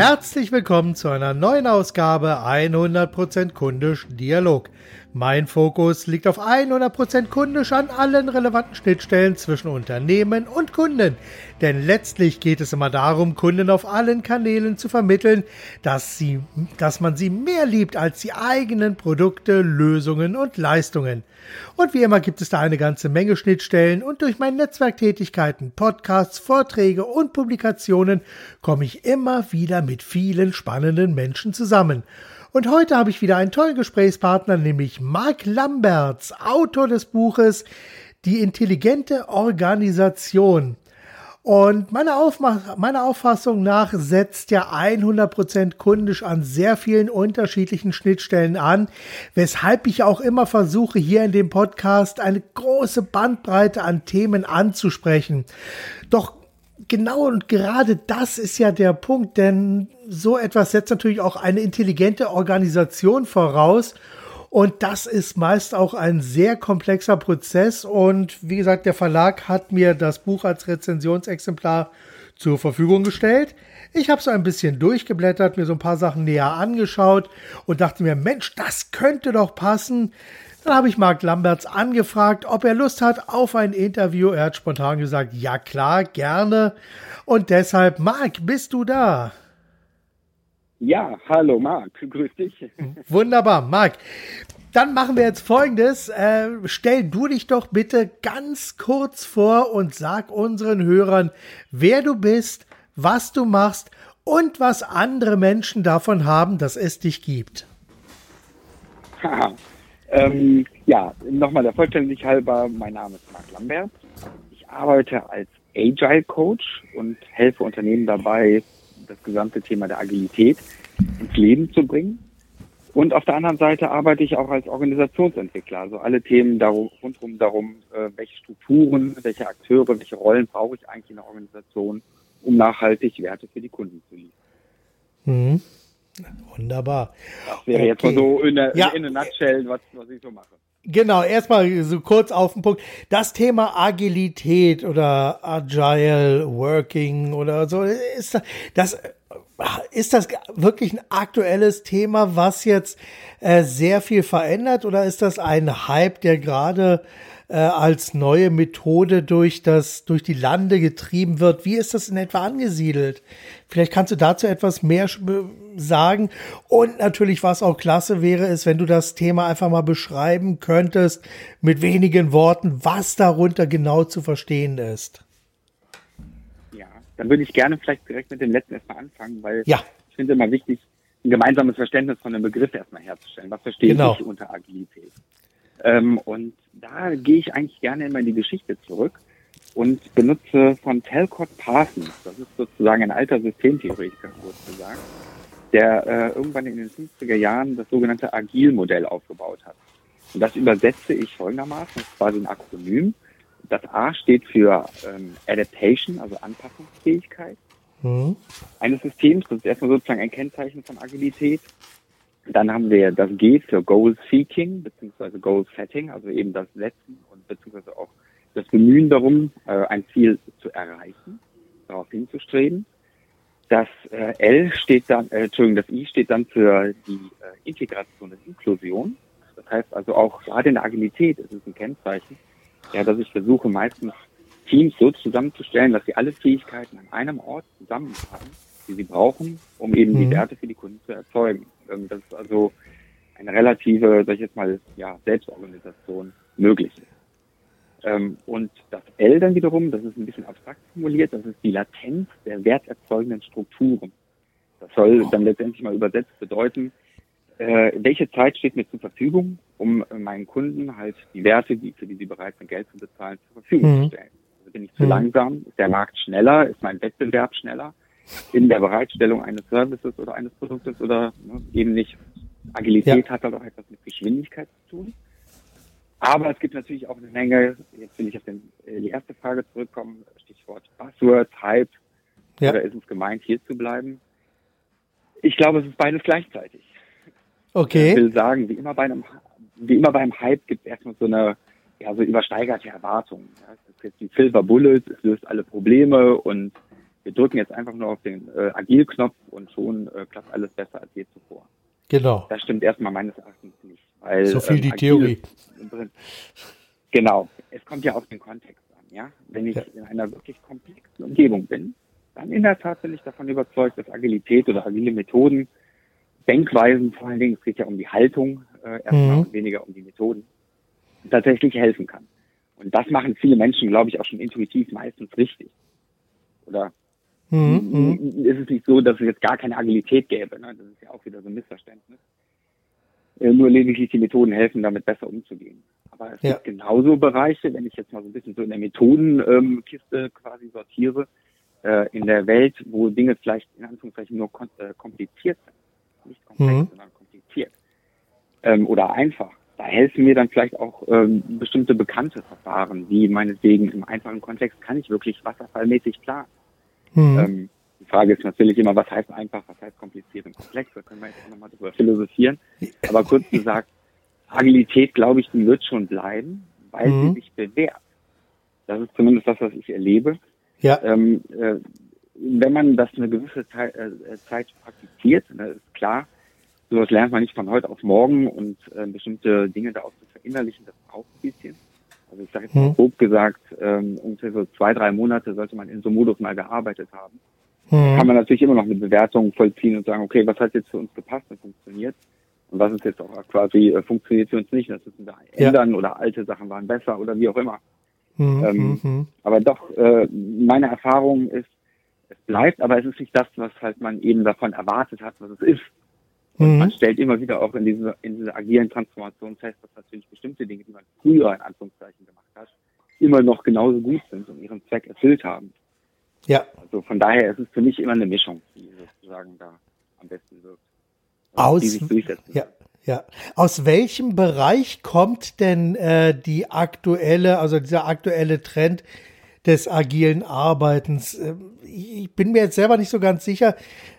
Herzlich willkommen zu einer neuen Ausgabe 100% kundisch Dialog. Mein Fokus liegt auf 100% kundisch an allen relevanten Schnittstellen zwischen Unternehmen und Kunden. Denn letztlich geht es immer darum, Kunden auf allen Kanälen zu vermitteln, dass man sie mehr liebt als die eigenen Produkte, Lösungen und Leistungen. Und wie immer gibt es da eine ganze Menge Schnittstellen und durch meine Netzwerktätigkeiten, Podcasts, Vorträge und Publikationen komme ich immer wieder mit vielen spannenden Menschen zusammen. Und heute habe ich wieder einen tollen Gesprächspartner, nämlich Mark Lambertz, Autor des Buches Die intelligente Organisation. Und meiner Auffassung nach setzt ja 100% kundisch an sehr vielen unterschiedlichen Schnittstellen an, weshalb ich auch immer versuche, hier in dem Podcast eine große Bandbreite an Themen anzusprechen. Doch genau und gerade das ist ja der Punkt, denn so etwas setzt natürlich auch eine intelligente Organisation voraus. Und das ist meist auch ein sehr komplexer Prozess. Und wie gesagt, der Verlag hat mir das Buch als Rezensionsexemplar zur Verfügung gestellt. Ich habe so ein bisschen durchgeblättert, mir so ein paar Sachen näher angeschaut und dachte mir, Mensch, das könnte doch passen. Dann habe ich Mark Lambertz angefragt, ob er Lust hat auf ein Interview. Er hat spontan gesagt, ja klar, gerne. Und deshalb, Mark, bist du da? Ja, hallo Marc, grüß dich. Wunderbar, Marc. Dann machen wir jetzt Folgendes. Stell du dich doch bitte ganz kurz vor und sag unseren Hörern, wer du bist, was du machst und was andere Menschen davon haben, dass es dich gibt. Ja, nochmal der Vollständigkeit halber, mein Name ist Mark Lambertz. Ich arbeite als Agile Coach und helfe Unternehmen dabei, das gesamte Thema der Agilität ins Leben zu bringen. Und auf der anderen Seite arbeite ich auch als Organisationsentwickler. Also alle Themen rundherum darum, welche Strukturen, welche Akteure, welche Rollen brauche ich eigentlich in der Organisation, um nachhaltig Werte für die Kunden zu liefern. Wunderbar. Das wäre jetzt mal so in a nutshell, was ich so mache. Genau, erstmal so kurz auf den Punkt. Das Agilität oder Agile Working oder so, ist das wirklich ein aktuelles Thema, was jetzt sehr viel verändert, oder ist das ein Hype, der gerade als neue Methode durch die Lande getrieben wird? Wie ist das in etwa angesiedelt? Vielleicht kannst du dazu etwas mehr sagen. Und natürlich, was auch klasse wäre, ist, wenn du das Thema einfach mal beschreiben könntest mit wenigen Worten, was darunter genau zu verstehen ist. Ja, dann würde ich gerne vielleicht direkt mit dem letzten erstmal anfangen, weil ja. Ich finde immer wichtig, ein gemeinsames Verständnis von dem Begriff erstmal herzustellen. Was verstehe ich unter Agilität? Und da gehe ich eigentlich gerne immer in die Geschichte zurück und benutze von Talcott Parsons, das ist sozusagen ein alter Systemtheoretiker, sozusagen, der irgendwann in den 50er Jahren das sogenannte Agile-Modell aufgebaut hat. Und das übersetze ich folgendermaßen, das ist quasi ein Akronym. Das A steht für Adaptation, also Anpassungsfähigkeit eines Systems. Das ist erstmal sozusagen ein Kennzeichen von Agilität. Dann haben wir das G für Goal Seeking bzw. Goal Setting, also eben das Setzen und beziehungsweise auch das Bemühen darum, ein Ziel zu erreichen, darauf hinzustreben. Das I steht dann für die Integration und Inklusion. Das heißt also auch gerade in der Agilität ist es ein Kennzeichen, ja, dass ich versuche meistens Teams so zusammenzustellen, dass sie alle Fähigkeiten an einem Ort zusammen haben, die sie brauchen, um eben die Werte für die Kunden zu erzeugen. Das ist also eine relative, sag ich jetzt mal, ja, Selbstorganisation möglich ist. Und das L dann wiederum, das ist ein bisschen abstrakt formuliert, das ist die Latenz der werterzeugenden Strukturen. Das soll dann letztendlich mal übersetzt bedeuten, welche Zeit steht mir zur Verfügung, um meinen Kunden halt die Werte, für die sie bereit sind, Geld zu bezahlen, zur Verfügung zu stellen. Also bin ich zu langsam, ist der Markt schneller, ist mein Wettbewerb schneller in der Bereitstellung eines Services oder eines Produktes oder eben nicht. Agilität hat halt auch etwas mit Geschwindigkeit zu tun. Aber es gibt natürlich auch eine Menge, jetzt will ich auf die erste Frage zurückkommen, Stichwort Buzzwords, Hype, oder ist es gemeint, hier zu bleiben? Ich glaube, es ist beides gleichzeitig. Okay. Ich will sagen, wie immer beim Hype gibt es erstmal so eine so übersteigerte Erwartungen. Ja, es ist jetzt die Silver Bullet, es löst alle Probleme und wir drücken jetzt einfach nur auf den Agil-Knopf und schon klappt alles besser als je zuvor. Genau. Das stimmt erstmal meines Erachtens nicht. Weil, so viel die Theorie. Genau. Es kommt ja auf den Kontext an. Ja? Wenn ich in einer wirklich komplexen Umgebung bin, dann in der Tat bin ich davon überzeugt, dass Agilität oder agile Methoden, Denkweisen vor allen Dingen, es geht ja um die Haltung erstmal und weniger um die Methoden, tatsächlich helfen kann. Und das machen viele Menschen, glaube ich, auch schon intuitiv meistens richtig. Oder ist es nicht so, dass es jetzt gar keine Agilität gäbe? Ne? Das ist ja auch wieder so ein Missverständnis. Nur lediglich die Methoden helfen, damit besser umzugehen. Aber es gibt genauso Bereiche, wenn ich jetzt mal so ein bisschen so in der Methodenkiste quasi sortiere, in der Welt, wo Dinge vielleicht in Anführungszeichen nur kompliziert sind. Nicht komplex, sondern kompliziert. Oder einfach. Da helfen mir dann vielleicht auch bestimmte bekannte Verfahren, wie meinetwegen im einfachen Kontext kann ich wirklich wasserfallmäßig planen. Die Frage ist natürlich immer, was heißt einfach, was heißt kompliziert und komplex, da können wir jetzt auch nochmal drüber philosophieren. Aber kurz gesagt, Agilität, glaube ich, die wird schon bleiben, weil sie sich bewährt. Das ist zumindest das, was ich erlebe. Ja. Wenn man das eine gewisse Zeit praktiziert, ist klar, sowas lernt man nicht von heute auf morgen und bestimmte Dinge da auch zu verinnerlichen, das braucht ein bisschen. Also ich sage jetzt mal grob gesagt, ungefähr so 2-3 Monate sollte man in so einem Modus mal gearbeitet haben. Kann man natürlich immer noch eine Bewertung vollziehen und sagen, okay, was hat jetzt für uns gepasst und funktioniert und was ist jetzt auch quasi funktioniert für uns nicht, das müssen wir ändern oder alte Sachen waren besser oder wie auch immer. Aber doch, meine Erfahrung ist, es bleibt, aber es ist nicht das, was halt man eben davon erwartet hat, was es ist. Und man stellt immer wieder auch in dieser agilen Transformation fest, dass natürlich bestimmte Dinge, die man früher in Anführungszeichen gemacht hat, immer noch genauso gut sind und ihren Zweck erfüllt haben. Ja. Also von daher ist es für mich immer eine Mischung, die sozusagen da am besten wirkt. Die sich durchsetzen. Ja. Aus welchem Bereich kommt denn dieser aktuelle Trend des agilen Arbeitens? Ich bin mir jetzt selber nicht so ganz sicher.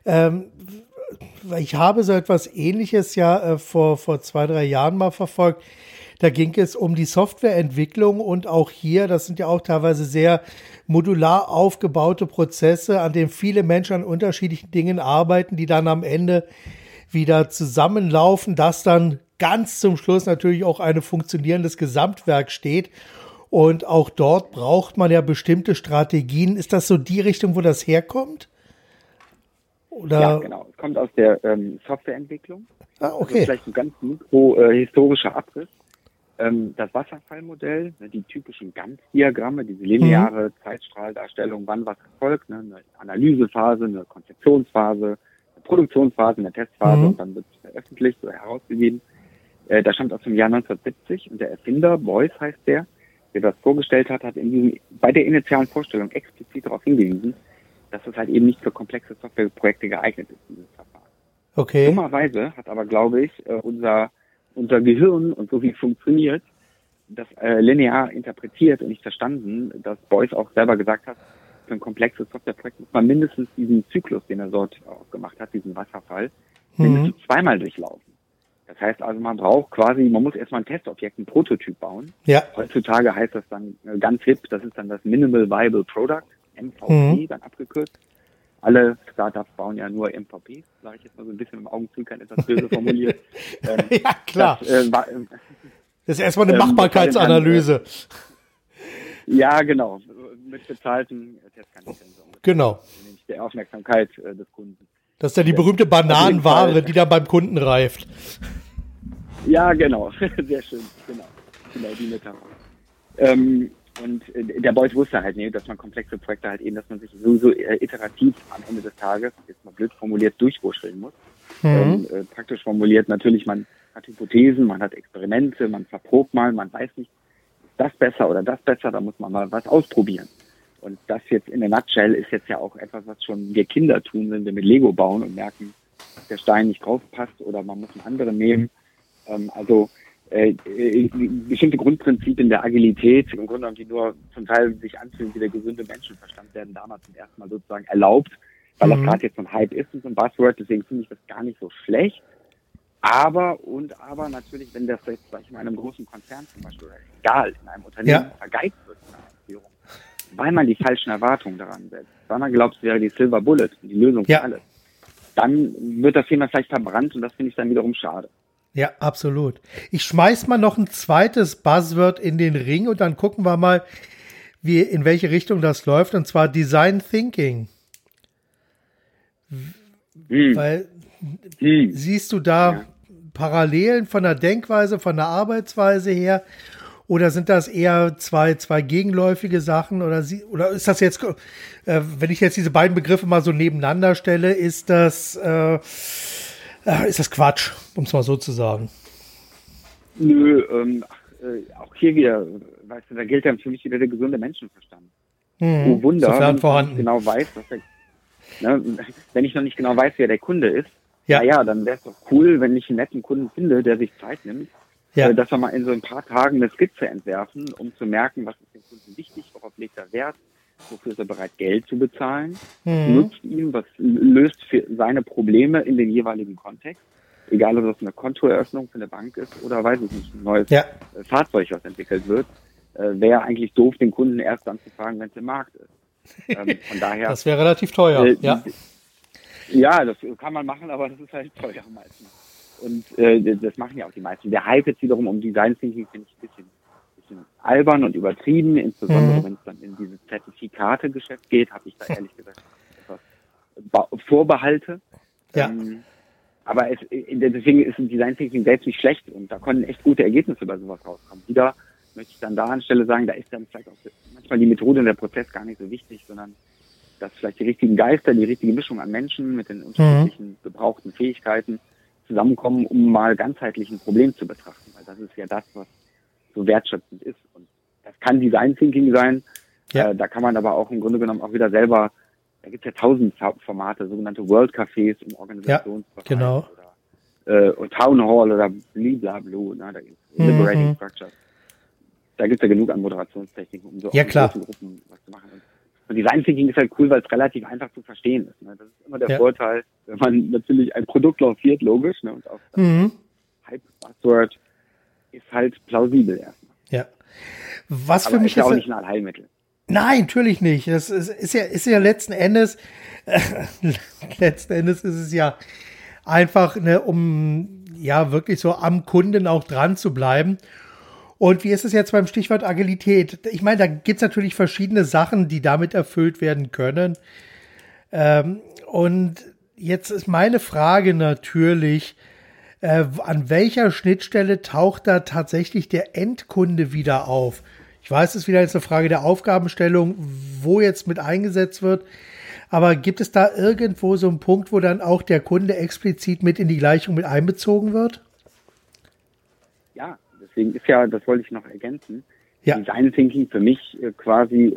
Ich habe so etwas Ähnliches vor 2-3 Jahren mal verfolgt. Da ging es um die Softwareentwicklung und auch hier, das sind ja auch teilweise sehr modular aufgebaute Prozesse, an denen viele Menschen an unterschiedlichen Dingen arbeiten, die dann am Ende wieder zusammenlaufen, dass dann ganz zum Schluss natürlich auch ein funktionierendes Gesamtwerk steht. Und auch dort braucht man ja bestimmte Strategien. Ist das so die Richtung, wo das herkommt? Oder? Ja, genau. Es kommt aus der Softwareentwicklung. Okay. Das ist vielleicht ein ganz historischer Abriss. Das Wasserfallmodell, die typischen Gantt-Diagramme, diese lineare Zeitstrahldarstellung, wann was erfolgt, eine Analysephase, eine Konzeptionsphase, eine Produktionsphase, eine Testphase und dann wird es veröffentlicht oder herausgegeben. Das stammt aus dem Jahr 1970 und der Erfinder, Beuys heißt der das vorgestellt hat, hat bei der initialen Vorstellung explizit darauf hingewiesen, dass es halt eben nicht für komplexe Softwareprojekte geeignet ist, dieses Verfahren. Okay. Dummerweise hat aber, glaube ich, unser Gehirn und so wie es funktioniert, das linear interpretiert und nicht verstanden, dass Beuys auch selber gesagt hat, für ein komplexes Softwareprojekt muss man mindestens diesen Zyklus, den er dort auch gemacht hat, diesen Wasserfall, mindestens zweimal durchlaufen. Das heißt also, man muss erstmal ein Testobjekt, ein Prototyp bauen. Ja. Heutzutage heißt das dann ganz hip, das ist dann das Minimal Viable Product, MVP dann abgekürzt. Alle Startups bauen ja nur MVPs, sage ich jetzt mal so ein bisschen im Augenzwinkern etwas böse formuliert. Ja, klar. Das ist erstmal eine Machbarkeitsanalyse. Ja, genau. Mit bezahlten Testkandidaten. Genau. Nämlich der Aufmerksamkeit des Kunden. Das ist ja die berühmte Bananenware, die dann beim Kunden reift. Ja, genau. Sehr schön. Genau die Metapher. Und der Beuys wusste halt nicht, dass man komplexe Projekte halt eben, dass man sich so iterativ am Ende des Tages, jetzt mal blöd formuliert, durchwurschteln muss. Praktisch formuliert natürlich, man hat Hypothesen, man hat Experimente, man verprobt mal, man weiß nicht, ist das besser oder das besser, da muss man mal was ausprobieren. Und das jetzt in der Nutshell ist jetzt ja auch etwas, was schon wir Kinder tun, wenn wir mit Lego bauen und merken, dass der Stein nicht draufpasst oder man muss einen anderen nehmen. Bestimmte Grundprinzipien der Agilität, im Grunde genommen, die nur zum Teil sich anfühlen wie der gesunde Menschenverstand, werden damals zum ersten Mal sozusagen erlaubt, weil das gerade jetzt so ein Hype ist und so ein Buzzword, deswegen finde ich das gar nicht so schlecht. Aber natürlich, wenn das jetzt, sag ich mal, in einem großen Konzern zum Beispiel, oder egal, in einem Unternehmen vergeigt wird in einer Führung, weil man die falschen Erwartungen daran setzt, weil man glaubt, es wäre die Silver Bullet, die Lösung für alles, dann wird das Thema vielleicht verbrannt und das finde ich dann wiederum schade. Ja, absolut. Ich schmeiß mal noch ein zweites Buzzword in den Ring und dann gucken wir mal, in welche Richtung das läuft, und zwar Design Thinking. Weil siehst du da Parallelen von der Denkweise, von der Arbeitsweise her, oder sind das eher zwei gegenläufige Sachen, oder ist das jetzt, wenn ich jetzt diese beiden Begriffe mal so nebeneinander stelle, ist das Quatsch, um es mal so zu sagen? Nö, auch hier wieder, weißt du, da gilt ja für mich wieder der gesunde Menschenverstand. Oh Wunder, sofern wenn vorhanden. ich genau weiß, wenn ich noch nicht genau weiß, wer der Kunde ist, dann wäre es doch cool, wenn ich einen netten Kunden finde, der sich Zeit nimmt, dass wir mal in so ein paar Tagen eine Skizze entwerfen, um zu merken, was ist dem Kunden wichtig, worauf legt er Wert, wofür ist er bereit, Geld zu bezahlen, was nutzt ihm, was löst für seine Probleme in den jeweiligen Kontext, egal ob das eine Kontoeröffnung für eine Bank ist oder, weiß ich nicht, ein neues Fahrzeug, was entwickelt wird, wäre eigentlich doof, den Kunden erst dann zu fragen, wenn es im Markt ist. Von daher, das wäre relativ teuer, Ja, das kann man machen, aber das ist halt teuer meistens. Und das machen ja auch die meisten. Der Hype jetzt wiederum um Design Thinking finde ich ein bisschen albern und übertrieben, insbesondere wenn es dann in dieses Zertifikate-Geschäft geht, habe ich da ehrlich gesagt etwas Vorbehalte. Aber deswegen ist ein Design Thinking selbst nicht schlecht und da können echt gute Ergebnisse bei sowas rauskommen. Wieder möchte ich dann da anstelle sagen, da ist dann vielleicht auch manchmal die Methode und der Prozess gar nicht so wichtig, sondern dass vielleicht die richtigen Geister, die richtige Mischung an Menschen mit den unterschiedlichen gebrauchten Fähigkeiten zusammenkommen, um mal ganzheitlich ein Problem zu betrachten. Weil das ist ja das, was so wertschöpfend ist. Und das kann Design Thinking sein. Da kann man aber auch im Grunde genommen auch wieder selber, da gibt es ja 1000 Formate, sogenannte World Cafés im Organisationsbereich. Genau. Oder Town Hall oder Bliblablu, da gibt es Liberating Structures. Da gibt es ja genug an Moderationstechniken, um so in großen Gruppen was zu machen. Und Design Thinking ist halt cool, weil es relativ einfach zu verstehen ist. Ne? Das ist immer der Vorteil, wenn man natürlich ein Produkt lanciert, logisch, ne? Und auch das Hype-Buzzword ist halt plausibel erstmal. Ja. Was aber für mich ist ja auch nicht ein Allheilmittel. Nein, natürlich nicht. Das ist ja letzten Endes ist es ja einfach, um wirklich so am Kunden auch dran zu bleiben. Und wie ist es jetzt beim Stichwort Agilität? Ich meine, da gibt es natürlich verschiedene Sachen, die damit erfüllt werden können. Und jetzt ist meine Frage natürlich, an welcher Schnittstelle taucht da tatsächlich der Endkunde wieder auf? Ich weiß, es ist wieder jetzt eine Frage der Aufgabenstellung, wo jetzt mit eingesetzt wird. Aber gibt es da irgendwo so einen Punkt, wo dann auch der Kunde explizit mit in die Gleichung mit einbezogen wird? Ja. Deswegen ist ja, das wollte ich noch ergänzen, Design Thinking für mich quasi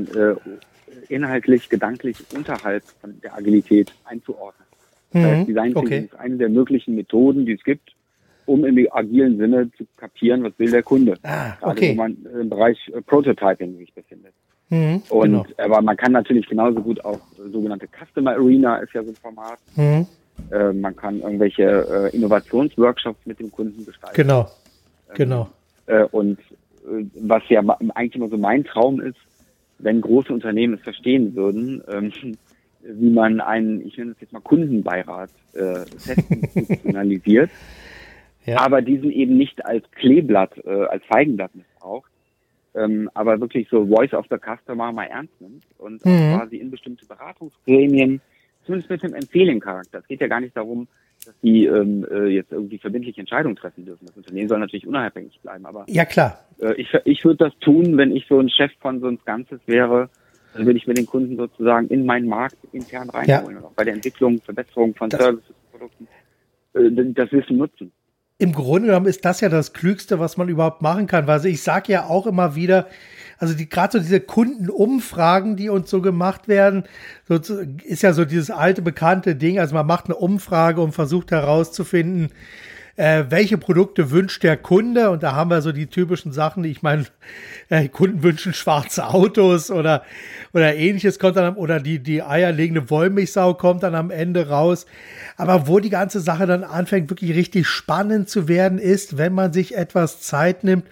inhaltlich, gedanklich unterhalb von der Agilität einzuordnen. Das heißt, Design Thinking ist eine der möglichen Methoden, die es gibt, um im agilen Sinne zu kapieren, was will der Kunde. Gerade wo man im Bereich Prototyping sich befindet. Aber man kann natürlich genauso gut auch sogenannte Customer Arena ist ja so ein Format. Man kann irgendwelche Innovationsworkshops mit dem Kunden gestalten. Genau. Und was ja eigentlich immer so mein Traum ist, wenn große Unternehmen es verstehen würden, wie man ich nenne es jetzt mal Kundenbeirat, institutionalisiert, aber diesen eben nicht als Kleeblatt, als Feigenblatt missbraucht, aber wirklich so Voice of the Customer mal ernst nimmt und auch quasi in bestimmte Beratungsgremien, zumindest mit einem Empfehling-Charakter. Es geht ja gar nicht darum, dass die jetzt irgendwie verbindliche Entscheidungen treffen dürfen. Das Unternehmen soll natürlich unabhängig bleiben, aber ja, klar. Ich würde das tun, wenn ich so ein Chef von so ein Ganzes wäre, dann würde ich mir den Kunden sozusagen in meinen Markt intern reinholen und auch bei der Entwicklung, Verbesserung von Services und Produkten das Wissen nutzen. Im Grunde genommen ist das ja das Klügste, was man überhaupt machen kann. Also ich sage ja auch immer wieder, also gerade so diese Kundenumfragen, die uns so gemacht werden, ist ja so dieses alte, bekannte Ding. Also man macht eine Umfrage und versucht herauszufinden, welche Produkte wünscht der Kunde. Und da haben wir so die typischen Sachen, ich meine, Kunden wünschen schwarze Autos oder ähnliches kommt dann, oder die eierlegende Wollmilchsau kommt dann am Ende raus. Aber wo die ganze Sache dann anfängt, wirklich richtig spannend zu werden, ist, wenn man sich etwas Zeit nimmt,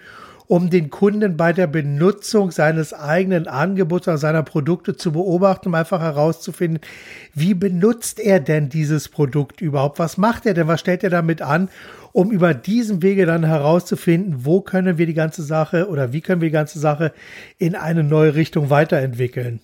um den Kunden bei der Benutzung seines eigenen Angebots oder seiner Produkte zu beobachten, um einfach herauszufinden, wie benutzt er denn dieses Produkt überhaupt? Was macht er denn? Was stellt er damit an? Um über diesen Wege dann herauszufinden, wo können wir die ganze Sache oder wie können wir die ganze Sache in eine neue Richtung weiterentwickeln.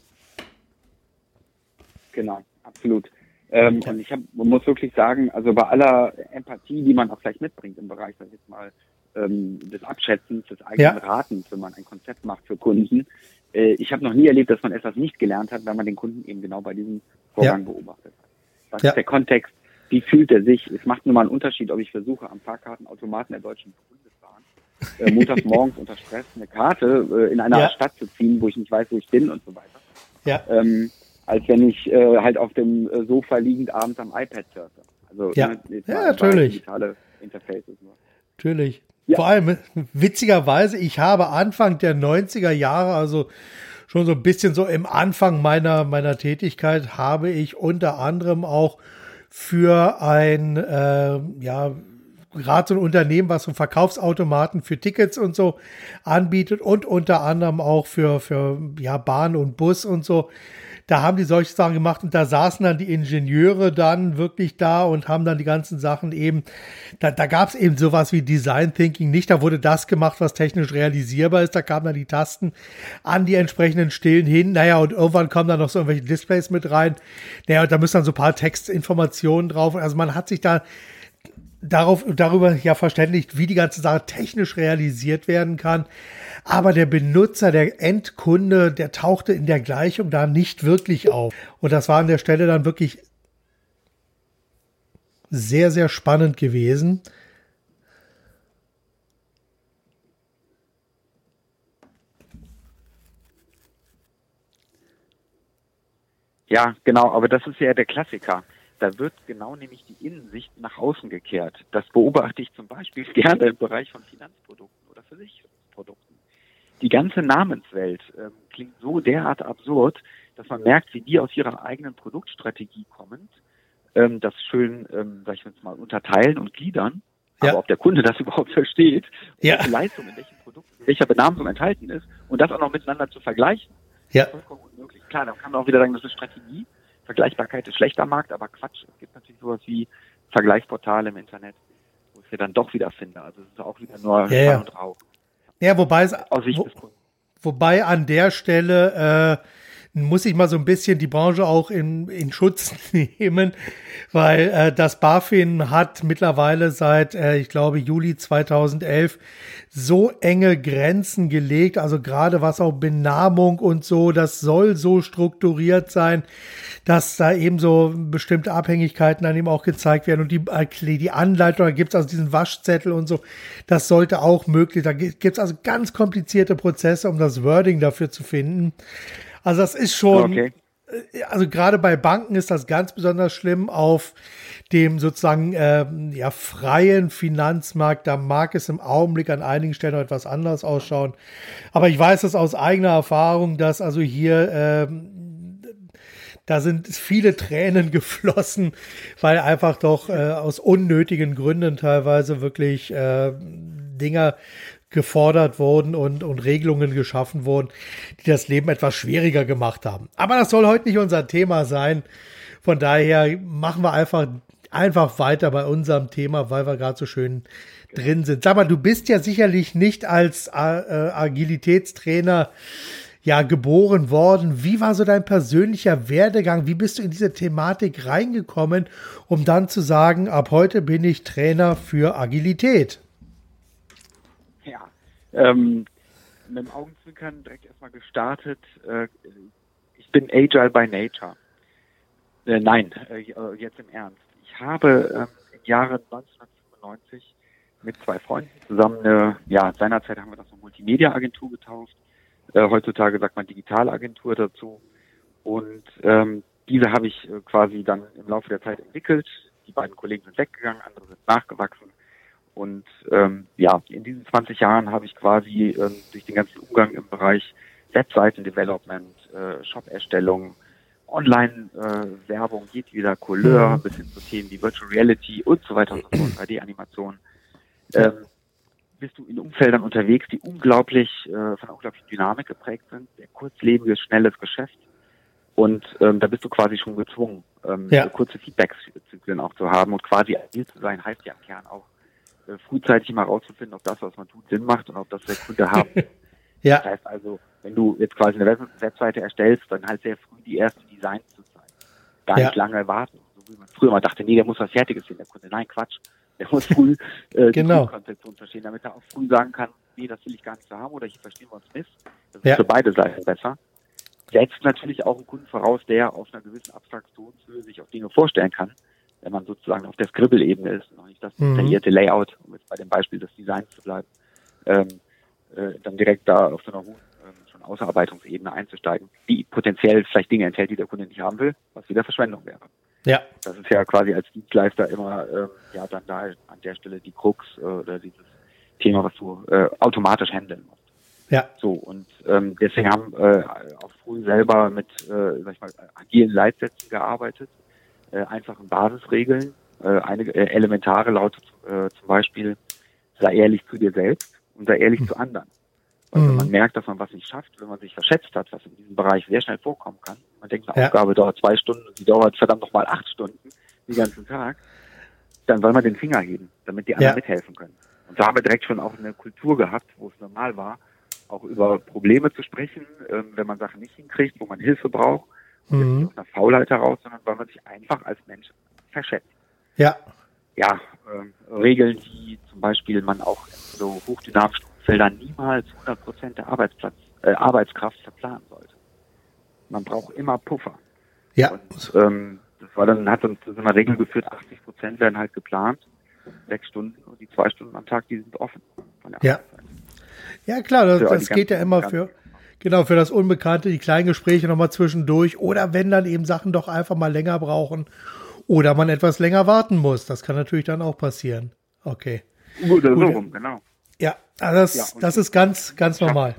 Genau, absolut. Und man muss wirklich sagen, also bei aller Empathie, die man auch gleich mitbringt im Bereich, sag ich jetzt mal, des Abschätzens, des eigenen Ratens, wenn man ein Konzept macht für Kunden. Ich habe noch nie erlebt, dass man etwas nicht gelernt hat, weil man den Kunden eben genau bei diesem Vorgang beobachtet hat. Was ist der Kontext? Wie fühlt er sich? Es macht nur mal einen Unterschied, ob ich versuche, am Fahrkartenautomaten der Deutschen Bundesbahn montags morgens unter Stress eine Karte in einer Stadt zu ziehen, wo ich nicht weiß, wo ich bin und so weiter. Ja. Als wenn ich halt auf dem Sofa liegend abends am iPad surfe. Also natürlich. Digitale Interfaces. Natürlich. Ja. Vor allem, witzigerweise, ich habe Anfang der 90er Jahre, also schon so ein bisschen so im Anfang meiner Tätigkeit, habe ich unter anderem auch für ein, gerade so ein Unternehmen, was so Verkaufsautomaten für Tickets und so anbietet und unter anderem auch für Bahn und Bus und so. Da haben die solche Sachen gemacht und da saßen dann die Ingenieure dann wirklich da und haben dann die ganzen Sachen eben, da gab es eben sowas wie Design Thinking nicht, da wurde das gemacht, was technisch realisierbar ist, da kamen dann die Tasten an die entsprechenden Stellen hin, und irgendwann kommen dann noch so irgendwelche Displays mit rein, und da müssen dann so ein paar Textinformationen drauf, also man hat sich da darüber verständigt, wie die ganze Sache technisch realisiert werden kann. Aber der Benutzer, der Endkunde, der tauchte in der Gleichung da nicht wirklich auf. Und das war an der Stelle dann wirklich sehr, sehr spannend gewesen. Ja, genau, aber das ist ja der Klassiker. Da wird genau nämlich die Innensicht nach außen gekehrt. Das beobachte ich zum Beispiel gerne im Bereich von Finanzprodukten oder Versicherungsprodukten. Die ganze Namenswelt klingt so derart absurd, dass man merkt, wie die aus ihrer eigenen Produktstrategie kommend das schön, sag ich jetzt mal, unterteilen und gliedern. Aber ob der Kunde das überhaupt versteht, welche Leistung in welchem Produkt, in welcher Benamsung enthalten ist und das auch noch miteinander zu vergleichen, ist vollkommen unmöglich. Klar, da kann man auch wieder sagen, das ist Strategie. Vergleichbarkeit ist schlechter Markt, aber Quatsch. Es gibt natürlich sowas wie Vergleichsportale im Internet, wo ich sie dann doch wieder finde. Also es ist auch wieder nur Schall und Rauch. Ja, wobei an der Stelle muss ich mal so ein bisschen die Branche auch in Schutz nehmen, weil das BaFin hat mittlerweile seit, ich glaube, Juli 2011 so enge Grenzen gelegt, also gerade was auch Benamung und so, das soll so strukturiert sein, dass da eben so bestimmte Abhängigkeiten dann eben auch gezeigt werden und die Anleitung, da gibt es also diesen Waschzettel und so, das sollte auch möglich, da gibt es also ganz komplizierte Prozesse, um das Wording dafür zu finden. Also das ist schon, also gerade bei Banken ist das ganz besonders schlimm auf dem sozusagen freien Finanzmarkt. Da mag es im Augenblick an einigen Stellen noch etwas anders ausschauen. Aber ich weiß es aus eigener Erfahrung, dass also hier da sind viele Tränen geflossen, weil einfach doch aus unnötigen Gründen teilweise wirklich Dinge gefordert wurden und Regelungen geschaffen wurden, die das Leben etwas schwieriger gemacht haben. Aber das soll heute nicht unser Thema sein. Von daher machen wir einfach weiter bei unserem Thema, weil wir gerade so schön drin sind. Sag mal, du bist ja sicherlich nicht als Agilitätstrainer geboren worden. Wie war so dein persönlicher Werdegang? Wie bist du in diese Thematik reingekommen, um dann zu sagen, ab heute bin ich Trainer für Agilität? Mit dem Augenzwinkern direkt erstmal gestartet. Ich bin agile by nature. Nein, jetzt im Ernst. Ich habe im Jahre 1995 mit 2 Freunden zusammen seinerzeit haben wir das noch Multimedia-Agentur getauft. Heutzutage sagt man Digitalagentur dazu. Und diese habe ich quasi dann im Laufe der Zeit entwickelt. Die beiden Kollegen sind weggegangen, andere sind nachgewachsen. Und in diesen 20 Jahren habe ich quasi durch den ganzen Umgang im Bereich Webseiten-Development, Shop-Erstellung, Online-Werbung, jedweder Couleur, bis hin zu Themen wie Virtual Reality und so weiter und so fort, 3D-Animation, bist du in Umfeldern unterwegs, die von einer unglaublichen Dynamik geprägt sind, sehr kurzlebiges, schnelles Geschäft. Und da bist du quasi schon gezwungen, kurze Feedback-Zyklen auch zu haben. Und quasi agil zu sein, heißt ja im Kern auch, frühzeitig mal rauszufinden, ob das, was man tut, Sinn macht und ob das der Kunde haben will. Ja. Das heißt also, wenn du jetzt quasi eine Webseite erstellst, dann halt sehr früh die ersten Designs zu zeigen. Gar nicht lange warten. So wie man früher mal dachte, nee, der muss was Fertiges sehen, der Kunde. Nein, Quatsch. Der muss früh die Konzeption verstehen, damit er auch früh sagen kann, nee, das will ich gar nicht so haben oder hier verstehen wir uns nicht. Das ist für beide Seiten besser. Setzt natürlich auch einen Kunden voraus, der auf einer gewissen Abstraktionshöhe sich auch Dinge vorstellen kann, wenn man sozusagen auf der Scribble-Ebene ist, noch nicht das detaillierte Layout, um jetzt bei dem Beispiel des Designs zu bleiben, dann direkt da auf so einer hohen schon Ausarbeitungsebene einzusteigen, die potenziell vielleicht Dinge enthält, die der Kunde nicht haben will, was wieder Verschwendung wäre. Ja. Das ist ja quasi als Dienstleister immer dann da an der Stelle die Krux oder dieses Thema, was du automatisch handeln musst. Ja. So, und deswegen haben auch früh selber mit agilen Leitsätzen gearbeitet, einfachen Basisregeln, einige elementare lautet zum Beispiel, sei ehrlich zu dir selbst und sei ehrlich zu anderen. Weil wenn man merkt, dass man was nicht schafft, wenn man sich verschätzt hat, was in diesem Bereich sehr schnell vorkommen kann, man denkt, eine Aufgabe dauert 2 Stunden und die dauert verdammt nochmal 8 Stunden, den ganzen Tag, dann soll man den Finger heben, damit die anderen mithelfen können. Und da haben wir direkt schon auch eine Kultur gehabt, wo es normal war, auch über Probleme zu sprechen, wenn man Sachen nicht hinkriegt, wo man Hilfe braucht, und nicht aus einer Faulheit heraus, sondern weil man sich einfach als Mensch verschätzt. Ja. Ja, Regeln, die zum Beispiel man auch in so hochdynamischen Umfeldern niemals 100% der Arbeitskraft verplanen sollte. Man braucht immer Puffer. Ja. Und hat uns zu so einer Regel geführt, 80% werden halt geplant, 6 Stunden und die 2 Stunden am Tag, die sind offen. Von der Arbeitszeit. Ja, klar, das geht ja immer für das Unbekannte, die kleinen Gespräche nochmal zwischendurch oder wenn dann eben Sachen doch einfach mal länger brauchen oder man etwas länger warten muss. Das kann natürlich dann auch passieren. Okay. Oder so rum, genau. Ja, das ist ganz, ganz normal.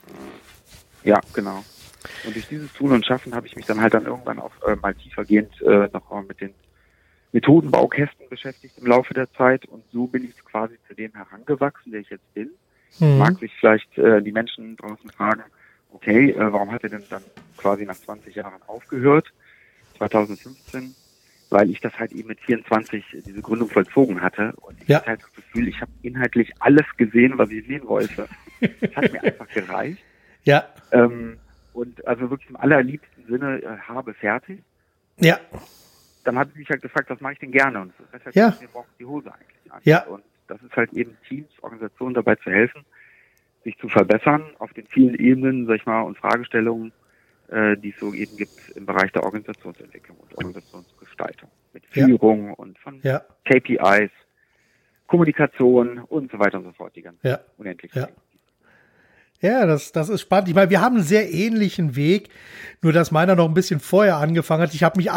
Ja, genau. Und durch dieses Tun und Schaffen habe ich mich dann halt irgendwann auch mal tiefergehend noch mit den Methodenbaukästen beschäftigt im Laufe der Zeit und so bin ich quasi zu dem herangewachsen, der ich jetzt bin. Mag sich vielleicht die Menschen draußen fragen, okay, warum hat er denn dann quasi nach 20 Jahren aufgehört, 2015, weil ich das halt eben mit 24 diese Gründung vollzogen hatte und ich hatte halt das Gefühl, ich habe inhaltlich alles gesehen, was ich sehen wollte. Es hat mir einfach gereicht. Ja. Und also wirklich im allerliebsten Sinne habe fertig. Ja. Dann habe ich mich halt gefragt, was mache ich denn gerne? Und deshalb mir morgens die Hose eigentlich an. Ja. Und das ist halt eben Teams, Organisationen dabei zu helfen, sich zu verbessern auf den vielen Ebenen, und Fragestellungen, die es so eben gibt im Bereich der Organisationsentwicklung und Organisationsgestaltung. Mit Führung und von KPIs, Kommunikation und so weiter und so fort. Die ganze unendliche. Ja, das ist spannend. Ich meine, wir haben einen sehr ähnlichen Weg, nur dass meiner noch ein bisschen vorher angefangen hat. Ich habe mich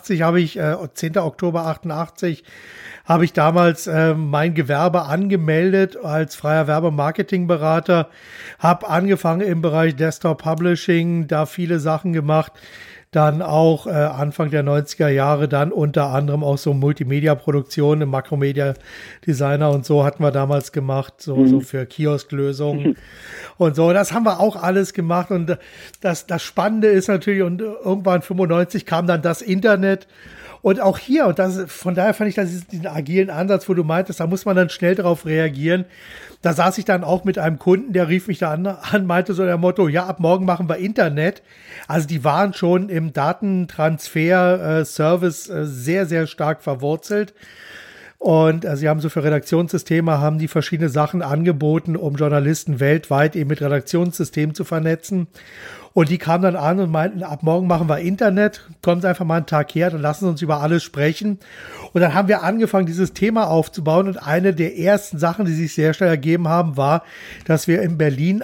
10. Oktober 88, habe ich damals mein Gewerbe angemeldet als freier Werbemarketingberater, habe angefangen im Bereich Desktop Publishing, da viele Sachen gemacht. Dann auch Anfang der 90er Jahre dann unter anderem auch so Multimedia-Produktionen, Makromedia-Designer und so hatten wir damals gemacht, so für Kiosklösungen und so. Das haben wir auch alles gemacht und das Spannende ist natürlich, und irgendwann 95 kam dann das Internet. Und auch hier, und von daher fand ich diesen agilen Ansatz, wo du meintest, da muss man dann schnell darauf reagieren. Da saß ich dann auch mit einem Kunden, der rief mich da an, meinte so der Motto, ja, ab morgen machen wir Internet. Also die waren schon im Datentransfer-Service sehr, sehr stark verwurzelt. Und sie haben so für Redaktionssysteme, haben die verschiedene Sachen angeboten, um Journalisten weltweit eben mit Redaktionssystemen zu vernetzen. Und die kamen dann an und meinten, ab morgen machen wir Internet, kommen Sie einfach mal einen Tag her, dann lassen Sie uns über alles sprechen. Und dann haben wir angefangen, dieses Thema aufzubauen. Und eine der ersten Sachen, die sich sehr schnell ergeben haben, war, dass wir in Berlin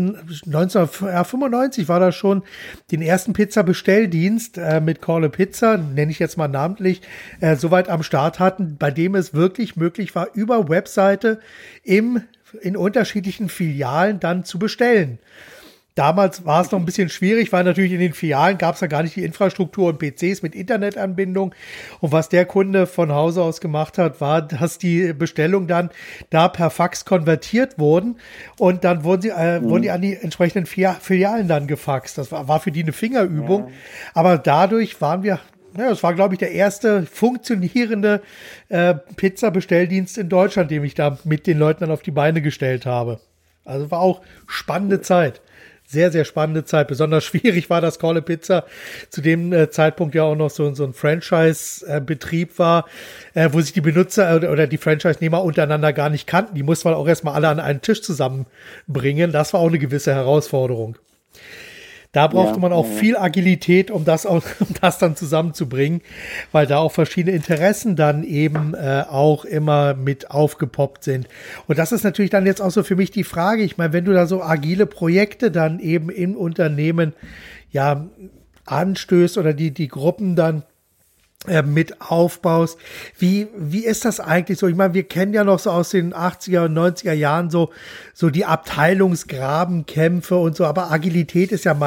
1995 war das schon, den ersten Pizza-Bestelldienst mit Call a Pizza, nenne ich jetzt mal namentlich, soweit am Start hatten, bei dem es wirklich möglich war, über Webseite in unterschiedlichen Filialen dann zu bestellen. Damals war es noch ein bisschen schwierig, weil natürlich in den Filialen gab es ja gar nicht die Infrastruktur und PCs mit Internetanbindung. Und was der Kunde von Hause aus gemacht hat, war, dass die Bestellungen dann da per Fax konvertiert wurden und dann wurden die an die entsprechenden Filialen dann gefaxt. Das war für die eine Fingerübung. Ja. Aber dadurch waren wir, das war, glaube ich, der erste funktionierende Pizza-Bestelldienst in Deutschland, den ich da mit den Leuten dann auf die Beine gestellt habe. Also war auch spannende Zeit. Sehr, sehr spannende Zeit. Besonders schwierig war, dass Call a Pizza zu dem Zeitpunkt ja auch noch so ein Franchise-Betrieb war, wo sich die Benutzer oder die Franchise-Nehmer untereinander gar nicht kannten. Die musste man auch erstmal alle an einen Tisch zusammenbringen. Das war auch eine gewisse Herausforderung. Da brauchte man auch viel Agilität, um das dann zusammenzubringen, weil da auch verschiedene Interessen dann eben auch immer mit aufgepoppt sind. Und das ist natürlich dann jetzt auch so für mich die Frage, ich meine, wenn du da so agile Projekte dann eben im Unternehmen ja anstößt oder die Gruppen dann mit aufbaust. Wie ist das eigentlich so? Ich meine, wir kennen ja noch so aus den 80er und 90er Jahren so die Abteilungsgrabenkämpfe und so, aber Agilität ist ja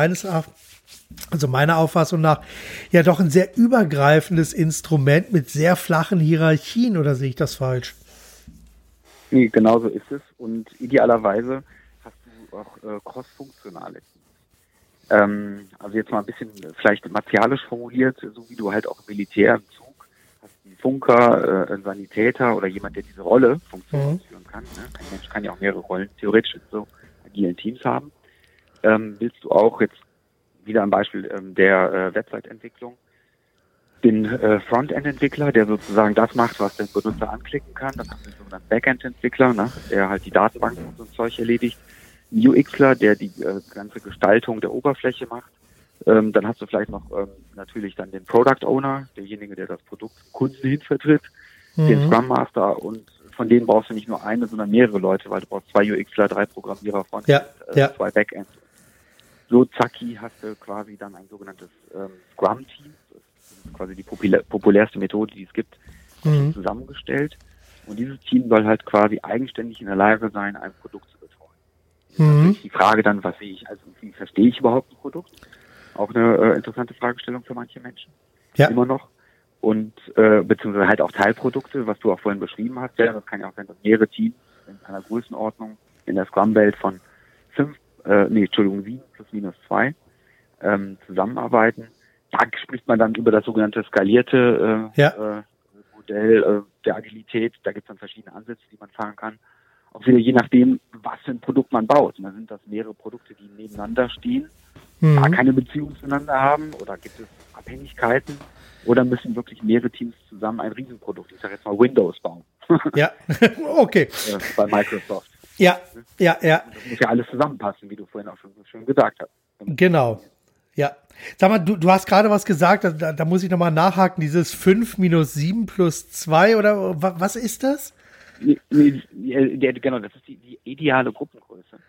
meiner Auffassung nach ja doch ein sehr übergreifendes Instrument mit sehr flachen Hierarchien, oder sehe ich das falsch? Nee, genau so ist es und idealerweise hast du auch cross-funktionale. Also jetzt mal ein bisschen vielleicht martialisch formuliert, so wie du halt auch im Militär im Zug hast, einen Funker, einen Sanitäter oder jemand, der diese Rolle funktionsführen kann. Ne? Ein Mensch kann ja auch mehrere Rollen theoretisch in so agilen Teams haben. Willst du auch jetzt wieder ein Beispiel der Website-Entwicklung, den Frontend-Entwickler, der sozusagen das macht, was der Benutzer anklicken kann. Dann hast du den sogenannten Backend-Entwickler, ne? Der halt die Datenbanken und so ein Zeug erledigt. Ein UXler, der die ganze Gestaltung der Oberfläche macht. Dann hast du vielleicht noch natürlich dann den Product Owner, derjenige, der das Produkt zum Kunden hin vertritt, den Scrum Master, und von denen brauchst du nicht nur eine, sondern mehrere Leute, weil du brauchst 2 UXler, 3 Programmierer von 2 Backends. So zacki hast du quasi dann ein sogenanntes Scrum-Team. Das ist quasi die populärste Methode, die es gibt, zusammengestellt. Und dieses Team soll halt quasi eigenständig in der Lage sein, ein Produkt zu betreuen. Natürlich die Frage dann, was sehe ich, also wie verstehe ich überhaupt ein Produkt? Auch eine interessante Fragestellung für manche Menschen. Ja. Immer noch. Und beziehungsweise halt auch Teilprodukte, was du auch vorhin beschrieben hast. Ja, das kann ja auch sein, dass mehrere Teams in einer Größenordnung in der Scrum-Welt von 7 plus minus 2 zusammenarbeiten. Da spricht man dann über das sogenannte skalierte Modell der Agilität. Da gibt es dann verschiedene Ansätze, die man fahren kann. Auch wieder je nachdem, was für ein Produkt man baut. Da sind das mehrere Produkte, die nebeneinander stehen, gar keine Beziehung zueinander haben, oder gibt es Abhängigkeiten, oder müssen wirklich mehrere Teams zusammen ein Riesenprodukt, ich sage jetzt mal Windows, bauen. Ja, okay. Bei Microsoft. Ja. Das muss ja alles zusammenpassen, wie du vorhin auch schon schön gesagt hast. Genau. Ja. Sag mal, du hast gerade was gesagt, da muss ich nochmal nachhaken, dieses 5 minus 7 plus 2, oder was ist das? Genau, das ist die ideale Gruppengröße,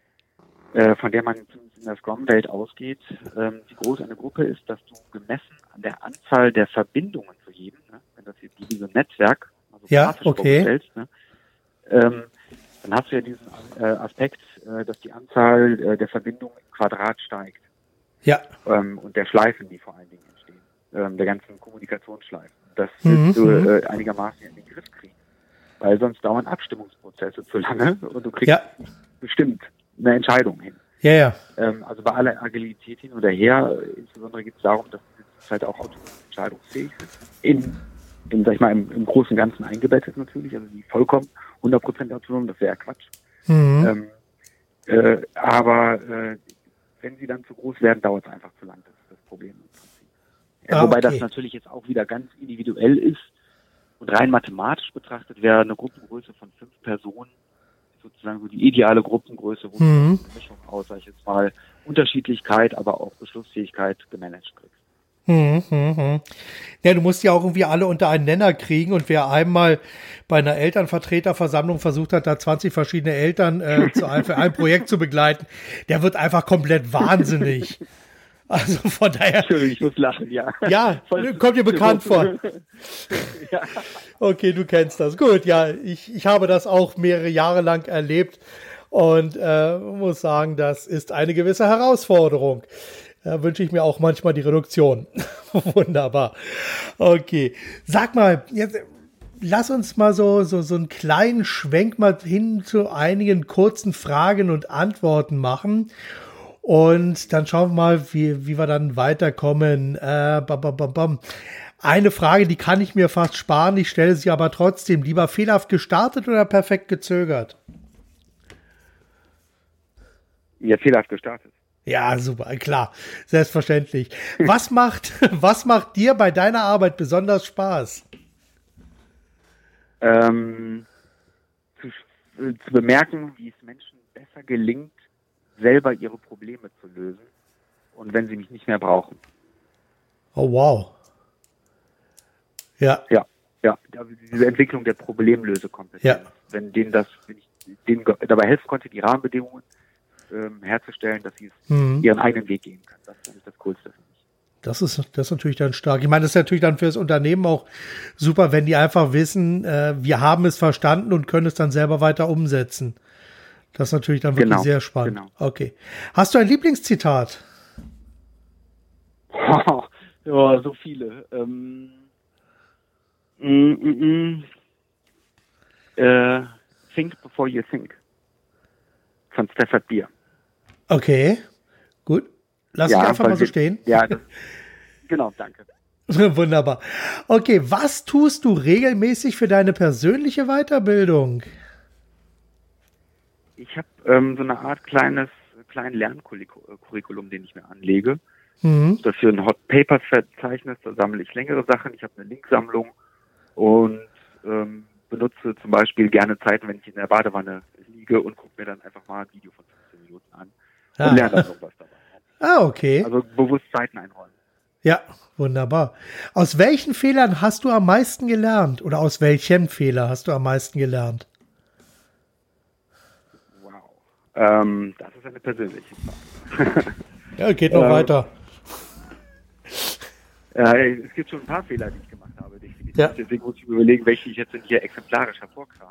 von der man in der Scrum-Welt ausgeht. Wie groß eine Gruppe ist, dass du gemessen an der Anzahl der Verbindungen zu jedem, ne, wenn das jetzt dieses Netzwerk vorstellst, ne, dann hast du ja diesen Aspekt, dass die Anzahl der Verbindungen im Quadrat steigt. Ja. Und der Schleifen, die vor allen Dingen entstehen, der ganzen Kommunikationsschleifen. Das willst du einigermaßen in den Griff kriegen. Weil sonst dauern Abstimmungsprozesse zu lange und du kriegst bestimmt eine Entscheidung hin. Ja. Also bei aller Agilität hin oder her, insbesondere geht es darum, dass es halt auch autonom entscheidungsfähig sind. Sag ich mal, im großen und Ganzen eingebettet natürlich, also die vollkommen 100% autonom, das wäre Quatsch. Aber wenn sie dann zu groß werden, dauert es einfach zu lang, das ist das Problem im Prinzip. Wobei das natürlich jetzt auch wieder ganz individuell ist. Und rein mathematisch betrachtet wäre eine Gruppengröße von 5 Personen sozusagen so die ideale Gruppengröße, wo du eine Mischung aus, sag ich jetzt mal, Unterschiedlichkeit, aber auch Beschlussfähigkeit gemanagt kriegst. Ja, du musst ja auch irgendwie alle unter einen Nenner kriegen, und wer einmal bei einer Elternvertreterversammlung versucht hat, da 20 verschiedene Eltern für ein Projekt zu begleiten, der wird einfach komplett wahnsinnig. Also von daher. Entschuldigung, ich muss lachen, ja. Ja, kommt dir bekannt vor. Ja. Okay, du kennst das. Gut, ja, ich habe das auch mehrere Jahre lang erlebt. Und muss sagen, das ist eine gewisse Herausforderung. Da wünsche ich mir auch manchmal die Reduktion. Wunderbar. Okay. Sag mal, jetzt lass uns mal so einen kleinen Schwenk mal hin zu einigen kurzen Fragen und Antworten machen. Und dann schauen wir mal, wie wir dann weiterkommen. Eine Frage, die kann ich mir fast sparen. Ich stelle sie aber trotzdem. Lieber fehlerhaft gestartet oder perfekt gezögert? Ja, fehlerhaft gestartet. Ja, super, klar. Selbstverständlich. Was macht dir bei deiner Arbeit besonders Spaß? Zu bemerken, wie es Menschen besser gelingt, selber ihre Probleme zu lösen und wenn sie mich nicht mehr brauchen. Oh, wow. Ja. Ja. Diese Entwicklung der Problemlösekompetenz. Ja. Wenn ich denen dabei helfen konnte, die Rahmenbedingungen herzustellen, dass sie ihren eigenen Weg gehen können. Das ist das Coolste für mich. Das ist natürlich dann stark. Ich meine, das ist natürlich dann für das Unternehmen auch super, wenn die einfach wissen, wir haben es verstanden und können es dann selber weiter umsetzen. Das ist natürlich dann wirklich sehr spannend. Genau. Okay. Hast du ein Lieblingszitat? Ja, so viele. Think before you think. Von Stafford Beer. Okay, gut. Lass ich einfach mal so stehen. Ja, genau, danke. Wunderbar. Okay, was tust du regelmäßig für deine persönliche Weiterbildung? Ich habe so eine Art kleinen Lerncurriculum, den ich mir anlege. Dafür ein Hot Papers Verzeichnis, da sammle ich längere Sachen. Ich habe eine Linksammlung und benutze zum Beispiel gerne Zeiten, wenn ich in der Badewanne liege und gucke mir dann einfach mal ein Video von 15 Minuten an und lerne dann irgendwas dabei. Okay. Also bewusst Zeiten einräumen. Ja, wunderbar. Aus welchen Fehlern hast du am meisten gelernt? Oder aus welchem Fehler hast du am meisten gelernt? Wow. Das ist eine persönliche Frage. Ja, geht noch weiter. Es gibt schon ein paar Fehler, die ich gemacht habe, definitiv. Ja. Deswegen muss ich mir überlegen, welche ich jetzt hier exemplarisch hervorkrame.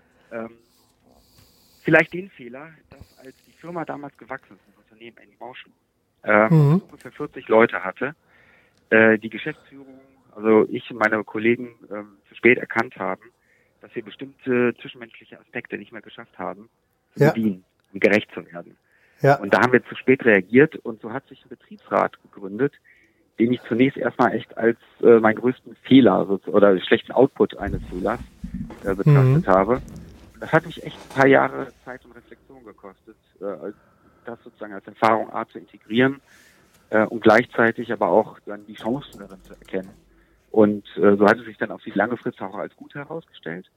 Vielleicht den Fehler, dass als die Firma damals gewachsen ist, das Unternehmen Anymotion, ungefähr 40 Leute hatte, die Geschäftsführung, also ich und meine Kollegen zu spät erkannt haben, dass wir bestimmte zwischenmenschliche Aspekte nicht mehr geschafft haben, zu bedienen und gerecht zu werden. Ja. Und da haben wir zu spät reagiert und so hat sich ein Betriebsrat gegründet, den ich zunächst erstmal echt als meinen größten Fehler oder schlechten Output eines Fehlers betrachtet habe. Und das hat mich echt ein paar Jahre Zeit und Reflexion gekostet, das sozusagen als Erfahrung zu integrieren und gleichzeitig aber auch dann die Chancen darin zu erkennen. Und so hat es sich dann auf die lange Frist auch als gut herausgestellt.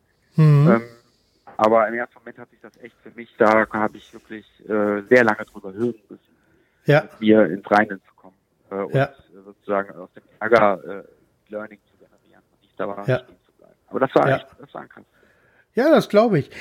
Aber im ersten Moment hat sich das echt für mich, da habe ich wirklich sehr lange drüber hören müssen, mit mir ins Reinen zu kommen und sozusagen aus dem Ärger Learning zu generieren und nicht dabei stehen zu bleiben. Aber das war echt, das war krass. Ja, das glaube ich.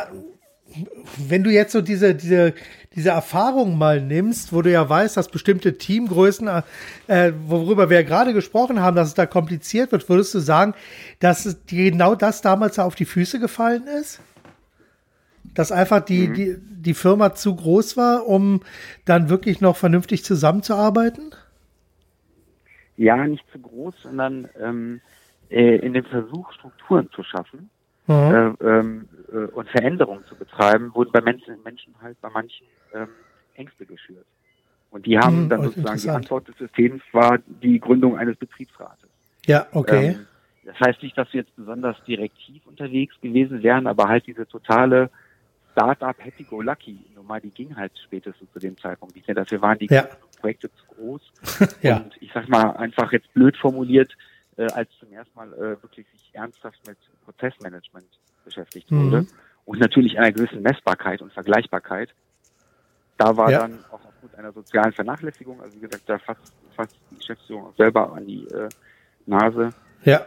Wenn du jetzt so diese Erfahrung mal nimmst, wo du ja weißt, dass bestimmte Teamgrößen, worüber wir ja gerade gesprochen haben, dass es da kompliziert wird, würdest du sagen, dass genau das damals auf die Füße gefallen ist? Dass einfach die Firma zu groß war, um dann wirklich noch vernünftig zusammenzuarbeiten? Ja, nicht zu groß, sondern in dem Versuch, Strukturen zu schaffen und Veränderungen zu betreiben, wurden bei Menschen halt bei manchen Ängste geschürt. Und die haben dann sozusagen die Antwort des Systems war die Gründung eines Betriebsrates. Ja, okay. Das heißt nicht, dass wir jetzt besonders direktiv unterwegs gewesen wären, aber halt diese totale Startup Happy-Go-Lucky-Nummer, die ging halt spätestens zu dem Zeitpunkt nicht mehr. Dafür waren die Projekte zu groß. Und ich sag mal, einfach jetzt blöd formuliert, als zum ersten Mal wirklich sich ernsthaft mit Prozessmanagement beschäftigt wurde. Und natürlich einer gewissen Messbarkeit und Vergleichbarkeit. Da war dann auch aufgrund einer sozialen Vernachlässigung, also wie gesagt, da fasst die Geschäftsführung auch selber an die Nase. Ja.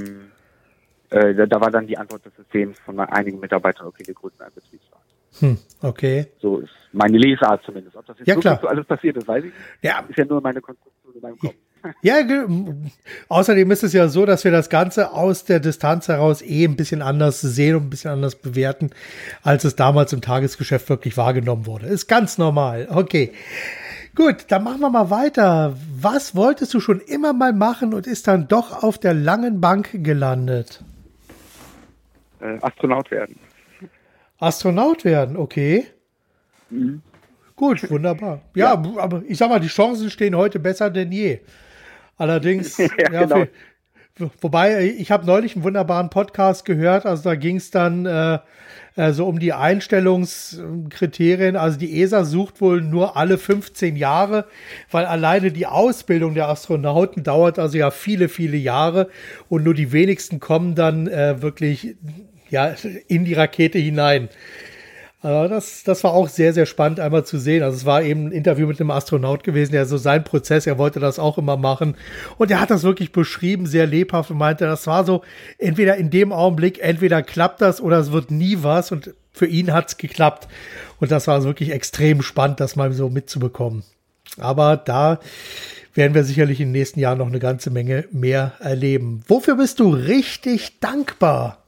Da war dann die Antwort des Systems von einigen Mitarbeitern, okay, wir gründen einen Betriebsrat. Okay. So ist meine Lesart zumindest. Ob das jetzt wirklich so alles passiert ist, weiß ich nicht. Ja. Ist ja nur meine Konstruktion in meinem Kopf. Ja, außerdem ist es ja so, dass wir das Ganze aus der Distanz heraus ein bisschen anders sehen und ein bisschen anders bewerten, als es damals im Tagesgeschäft wirklich wahrgenommen wurde. Ist ganz normal. Okay. Gut, dann machen wir mal weiter. Was wolltest du schon immer mal machen und ist dann doch auf der langen Bank gelandet? Astronaut werden. Astronaut werden, okay. Mhm. Gut, wunderbar. Ja, aber ich sag mal, die Chancen stehen heute besser denn je. Allerdings, genau. Wobei, ich habe neulich einen wunderbaren Podcast gehört, also da ging es dann so um die Einstellungskriterien. Also die ESA sucht wohl nur alle 15 Jahre, weil alleine die Ausbildung der Astronauten dauert also ja viele, viele Jahre und nur die wenigsten kommen dann wirklich in die Rakete hinein. Das war auch sehr, sehr spannend einmal zu sehen. Also es war eben ein Interview mit einem Astronaut gewesen, der so sein Prozess, er wollte das auch immer machen. Und er hat das wirklich beschrieben, sehr lebhaft und meinte, das war so, entweder in dem Augenblick, entweder klappt das oder es wird nie was. Und für ihn hat es geklappt. Und das war wirklich extrem spannend, das mal so mitzubekommen. Aber da werden wir sicherlich in den nächsten Jahren noch eine ganze Menge mehr erleben. Wofür bist du richtig dankbar?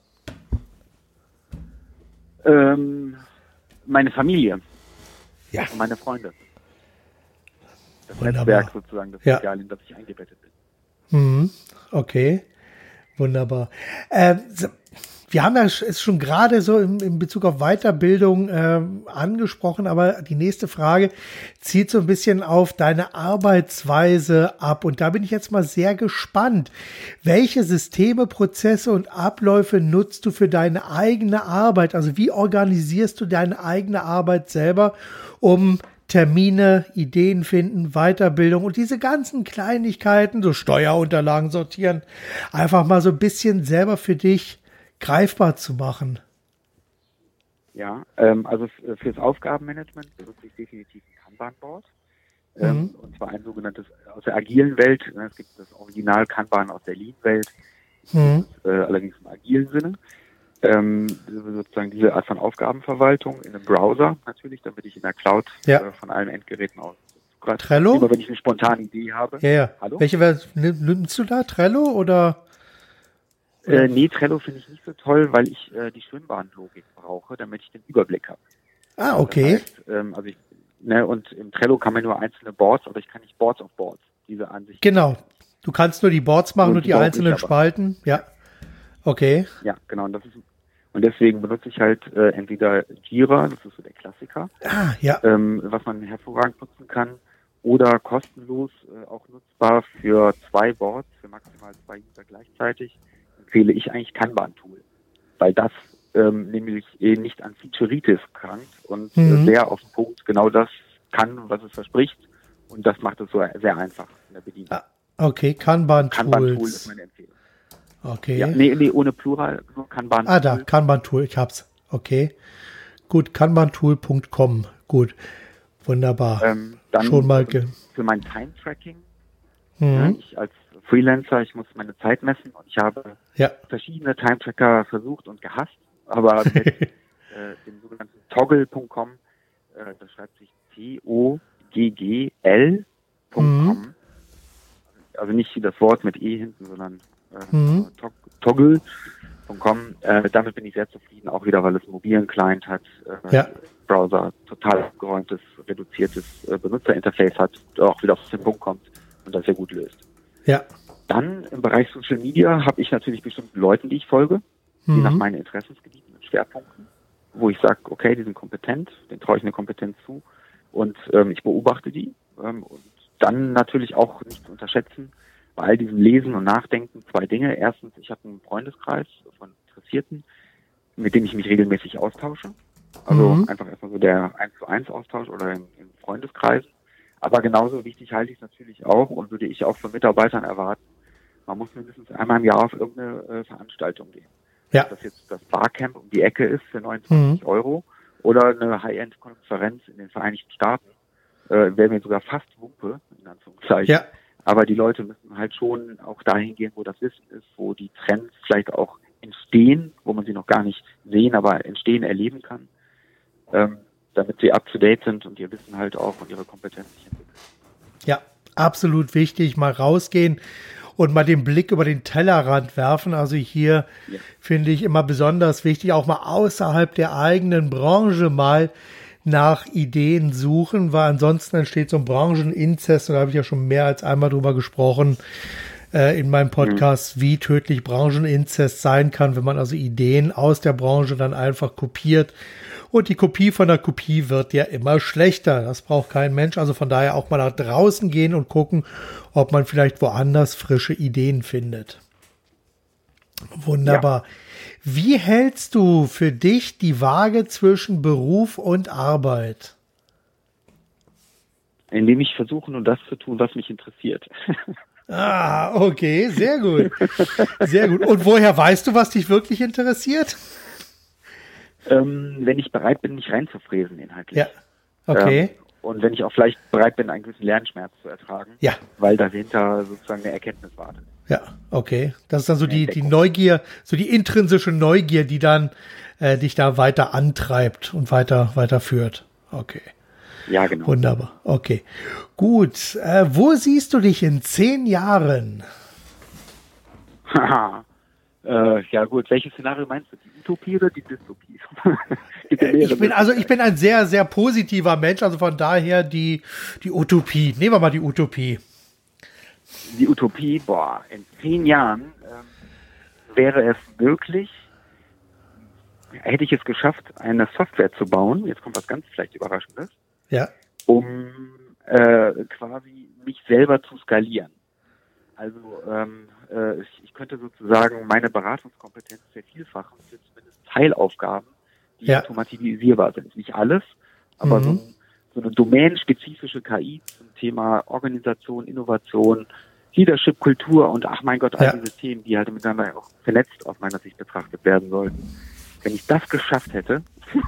Meine Familie. Ja. Und meine Freunde. Das Wunderbar. Netzwerk sozusagen, das Sozial, in das ich eingebettet bin. Okay, wunderbar. Wir haben ja es schon gerade so in Bezug auf Weiterbildung angesprochen, aber die nächste Frage zielt so ein bisschen auf deine Arbeitsweise ab. Und da bin ich jetzt mal sehr gespannt. Welche Systeme, Prozesse und Abläufe nutzt du für deine eigene Arbeit? Also wie organisierst du deine eigene Arbeit selber, um Termine, Ideen finden, Weiterbildung und diese ganzen Kleinigkeiten, so Steuerunterlagen sortieren, einfach mal so ein bisschen selber für dich greifbar zu machen? Ja, also fürs Aufgabenmanagement benutze ich definitiv ein Kanban-Board. Und zwar ein sogenanntes aus der agilen Welt. Es gibt das Original Kanban aus der Lean-Welt, allerdings im agilen Sinne. Sozusagen diese Art von Aufgabenverwaltung in einem Browser natürlich, damit ich in der Cloud von allen Endgeräten aus. Trello? Immer wenn ich eine spontane Idee habe. Ja. Hallo? Welche nimmst du da? Trello oder? Nee, Trello finde ich nicht so toll, weil ich die Schwimmbahnlogik brauche, damit ich den Überblick habe. Ah, okay. Das heißt, und im Trello kann man nur einzelne Boards, aber ich kann nicht Boards of Boards, diese Ansicht. Genau. Du kannst nur die Boards machen und die einzelnen Spalten. Ja. Okay. Ja, genau. Und deswegen benutze ich halt entweder Jira, das ist so der Klassiker, was man hervorragend nutzen kann, oder kostenlos auch nutzbar für 2 Boards, für maximal 2 User gleichzeitig, empfehle ich eigentlich Kanban-Tool, weil das nämlich nicht an Featureitis krankt und sehr auf den Punkt genau das kann, was es verspricht, und das macht es so sehr einfach in der Bedienung. Okay, Kanban-Tools. Kanban-Tool ist meine Empfehlung. Okay. Ja, nee, ohne Plural, nur Kanban-Tool. Ah, da, Kanban-Tool, ich hab's. Okay. Gut, kanbantool.com. Gut. Wunderbar. Dann schon mal für mein Time-Tracking. Ich als Freelancer, ich muss meine Zeit messen und ich habe verschiedene Time-Tracker versucht und gehasst, aber mit dem sogenannten Toggle.com, das schreibt sich Toggle.com, also nicht das Wort mit E hinten, sondern Toggle.com. Damit bin ich sehr zufrieden, auch wieder, weil es einen mobilen Client hat, Browser, total abgeräumtes, reduziertes Benutzerinterface hat, auch wieder auf den Punkt kommt und das sehr gut löst. Ja. Dann im Bereich Social Media habe ich natürlich bestimmte Leute, die ich folge, die nach meinen Interessensgebieten und Schwerpunkten, wo ich sage, okay, die sind kompetent, denen traue ich eine Kompetenz zu und ich beobachte die. Und dann natürlich auch nicht zu unterschätzen, bei all diesem Lesen und Nachdenken 2 Dinge. Erstens, ich habe einen Freundeskreis von Interessierten, mit denen ich mich regelmäßig austausche. Also einfach erstmal so der 1:1 Austausch oder in Freundeskreisen. Aber genauso wichtig halte ich es natürlich auch und würde ich auch von Mitarbeitern erwarten, man muss mindestens einmal im Jahr auf irgendeine Veranstaltung gehen. Ja. Ob das jetzt das Barcamp um die Ecke ist für 29 € oder eine High-End-Konferenz in den Vereinigten Staaten, wäre mir sogar fast Wumpe, in Anführungszeichen. Ja. Aber die Leute müssen halt schon auch dahin gehen, wo das Wissen ist, wo die Trends vielleicht auch entstehen, wo man sie noch gar nicht sehen, aber entstehen, erleben kann, damit sie up-to-date sind und ihr Wissen halt auch und ihre Kompetenz sich entwickeln. Ja, absolut wichtig, mal rausgehen und mal den Blick über den Tellerrand werfen. Also hier finde ich immer besonders wichtig, auch mal außerhalb der eigenen Branche mal nach Ideen suchen, weil ansonsten entsteht so ein Brancheninzest, und da habe ich ja schon mehr als einmal drüber gesprochen in meinem Podcast, wie tödlich Brancheninzest sein kann, wenn man also Ideen aus der Branche dann einfach kopiert. Und die Kopie von der Kopie wird ja immer schlechter. Das braucht kein Mensch. Also von daher auch mal nach draußen gehen und gucken, ob man vielleicht woanders frische Ideen findet. Wunderbar. Ja. Wie hältst du für dich die Waage zwischen Beruf und Arbeit? Indem ich versuche, nur das zu tun, was mich interessiert. Ah, okay, sehr gut. Sehr gut. Und woher weißt du, was dich wirklich interessiert? Wenn ich bereit bin, mich reinzufräsen inhaltlich. Ja, okay. Und wenn ich auch vielleicht bereit bin, einen gewissen Lernschmerz zu ertragen, ja, weil dahinter sozusagen eine Erkenntnis wartet. Ja, okay. Das ist dann so die Neugier, so die intrinsische Neugier, die dann dich da weiter antreibt und weiter führt. Okay. Ja, genau. Wunderbar. Okay. Gut. Wo siehst du dich in 10 Jahren? Ja gut, welches Szenario meinst du? Die Utopie oder die Dystopie? Ich bin ein sehr, sehr positiver Mensch, also von daher die Utopie. Nehmen wir mal die Utopie. Die Utopie, in 10 Jahren wäre es möglich, hätte ich es geschafft, eine Software zu bauen, jetzt kommt was ganz vielleicht Überraschendes, ja, um quasi mich selber zu skalieren. Also ich könnte sozusagen meine Beratungskompetenz vervielfachen für zumindest Teilaufgaben, die automatisierbar sind. Nicht alles, aber so eine domänenspezifische KI zum Thema Organisation, Innovation, Leadership, Kultur und ach mein Gott, all diese Themen, die halt miteinander auch vernetzt aus meiner Sicht betrachtet werden sollten. Wenn ich das geschafft hätte,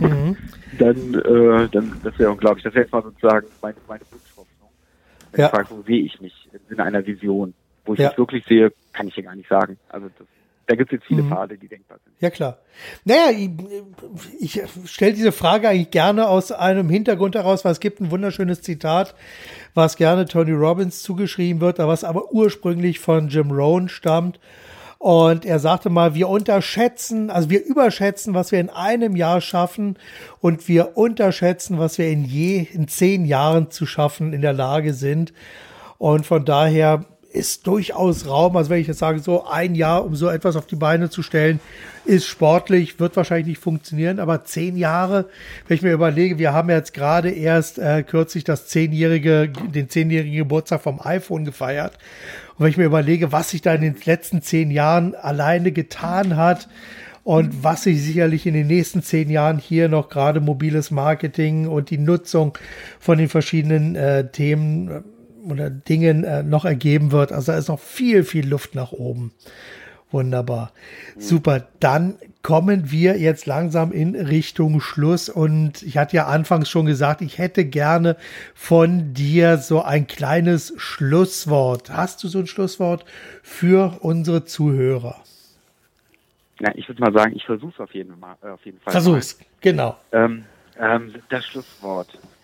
dann das wäre unglaublich. Das wäre jetzt mal sozusagen meine Wunschhoffnung. Wenn ich frage, wo sehe ich mich im Sinne einer Vision? Wo ich mich wirklich sehe, kann ich hier gar nicht sagen. Also da gibt es jetzt viele Pfade, die denkbar sind. Ja, klar. Naja, ich stelle diese Frage eigentlich gerne aus einem Hintergrund heraus, weil es gibt ein wunderschönes Zitat, was gerne Tony Robbins zugeschrieben wird, was aber ursprünglich von Jim Rohn stammt. Und er sagte mal, wir überschätzen, was wir in einem Jahr schaffen, und wir unterschätzen, was wir in 10 Jahren zu schaffen in der Lage sind. Und von daher ist durchaus Raum, also wenn ich jetzt sage, so ein Jahr, um so etwas auf die Beine zu stellen, ist sportlich, wird wahrscheinlich nicht funktionieren, aber 10 Jahre, wenn ich mir überlege, wir haben jetzt gerade erst kürzlich den 10-jährigen Geburtstag vom iPhone gefeiert, und wenn ich mir überlege, was sich da in den letzten 10 Jahren alleine getan hat und was sich sicherlich in den nächsten 10 Jahren hier noch gerade mobiles Marketing und die Nutzung von den verschiedenen Themen oder Dingen noch ergeben wird. Also da ist noch viel, viel Luft nach oben. Wunderbar. Super. Dann kommen wir jetzt langsam in Richtung Schluss. Und ich hatte ja anfangs schon gesagt, ich hätte gerne von dir so ein kleines Schlusswort. Hast du so ein Schlusswort für unsere Zuhörer? Ja, ich würde mal sagen, ich versuche es auf jeden Fall. Versuch's, genau. Das Schlusswort.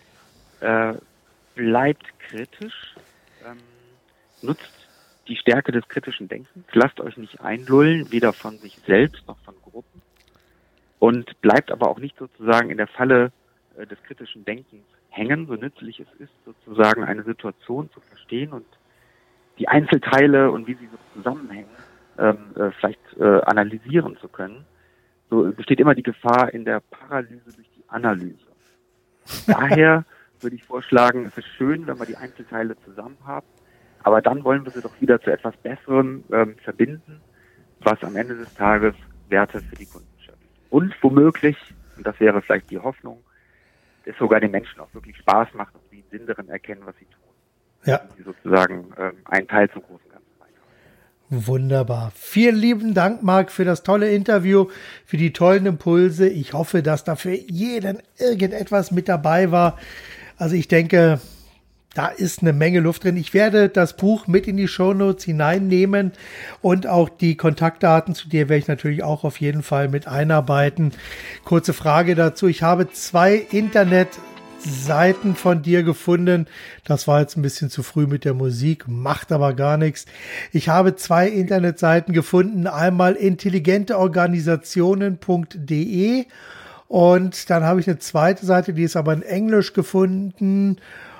Bleibt kritisch, nutzt die Stärke des kritischen Denkens, lasst euch nicht einlullen, weder von sich selbst noch von Gruppen, und bleibt aber auch nicht sozusagen in der Falle des kritischen Denkens hängen, so nützlich es ist, sozusagen eine Situation zu verstehen und die Einzelteile und wie sie so zusammenhängen, vielleicht analysieren zu können. So besteht immer die Gefahr in der Paralyse durch die Analyse. Daher würde ich vorschlagen, es ist schön, wenn wir die Einzelteile zusammen haben, aber dann wollen wir sie doch wieder zu etwas Besserem verbinden, was am Ende des Tages Werte für die Kunden schafft. Und womöglich, und das wäre vielleicht die Hoffnung, es sogar den Menschen auch wirklich Spaß macht und sie Sinn darin erkennen, was sie tun. Ja. Und sie sozusagen einen Teil zum großen Ganzen beitragen. Wunderbar. Vielen lieben Dank, Marc, für das tolle Interview, für die tollen Impulse. Ich hoffe, dass da für jeden irgendetwas mit dabei war. Also ich denke, da ist eine Menge Luft drin. Ich werde das Buch mit in die Shownotes hineinnehmen und auch die Kontaktdaten zu dir werde ich natürlich auch auf jeden Fall mit einarbeiten. Kurze Frage dazu. Ich habe 2 Seiten von dir gefunden. Das war jetzt ein bisschen zu früh mit der Musik, macht aber gar nichts. Ich habe 2 Internetseiten gefunden. Einmal intelligenteorganisationen.de und dann habe ich eine zweite Seite, die ist aber in Englisch gefunden.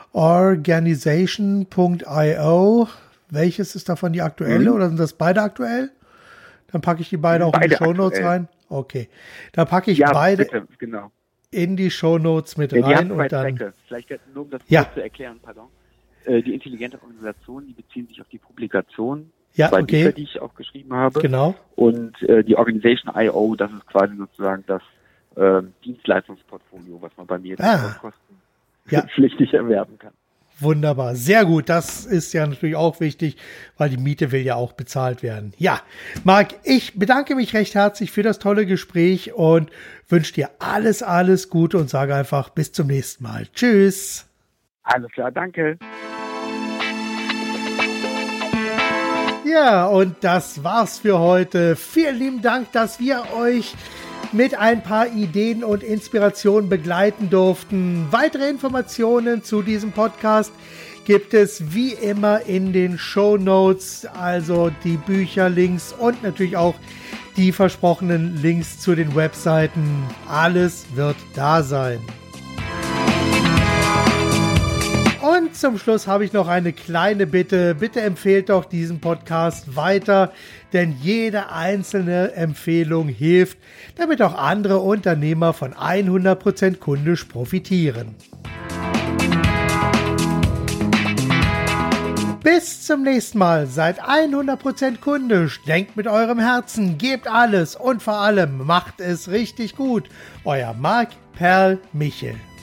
Organization.io. Welches ist davon die aktuelle oder sind das beide aktuell? Dann packe ich die beide auch in die Shownotes rein. Okay. Da packe ich beide bitte, genau. in die Shownotes mit rein. Und dann vielleicht nur um das kurz zu erklären, die intelligente Organisation, die beziehen sich auf die Publikation, Bücher, die ich auch geschrieben habe. Genau. Und die Organization.io, das ist quasi sozusagen das Dienstleistungsportfolio, was man bei mir kostenpflichtig erwerben kann. Wunderbar, sehr gut. Das ist ja natürlich auch wichtig, weil die Miete will ja auch bezahlt werden. Ja, Marc, ich bedanke mich recht herzlich für das tolle Gespräch und wünsche dir alles, alles Gute und sage einfach bis zum nächsten Mal. Tschüss. Alles klar, danke. Ja, und das war's für heute. Vielen lieben Dank, dass wir euch mit ein paar Ideen und Inspirationen begleiten durften. Weitere Informationen zu diesem Podcast gibt es wie immer in den Shownotes, also die Bücherlinks und natürlich auch die versprochenen Links zu den Webseiten. Alles wird da sein. Und zum Schluss habe ich noch eine kleine Bitte. Bitte empfehlt doch diesen Podcast weiter, denn jede einzelne Empfehlung hilft, damit auch andere Unternehmer von 100% kundisch profitieren. Bis zum nächsten Mal. Seid 100% kundisch. Denkt mit eurem Herzen, gebt alles und vor allem macht es richtig gut. Euer Marc Perl Michel.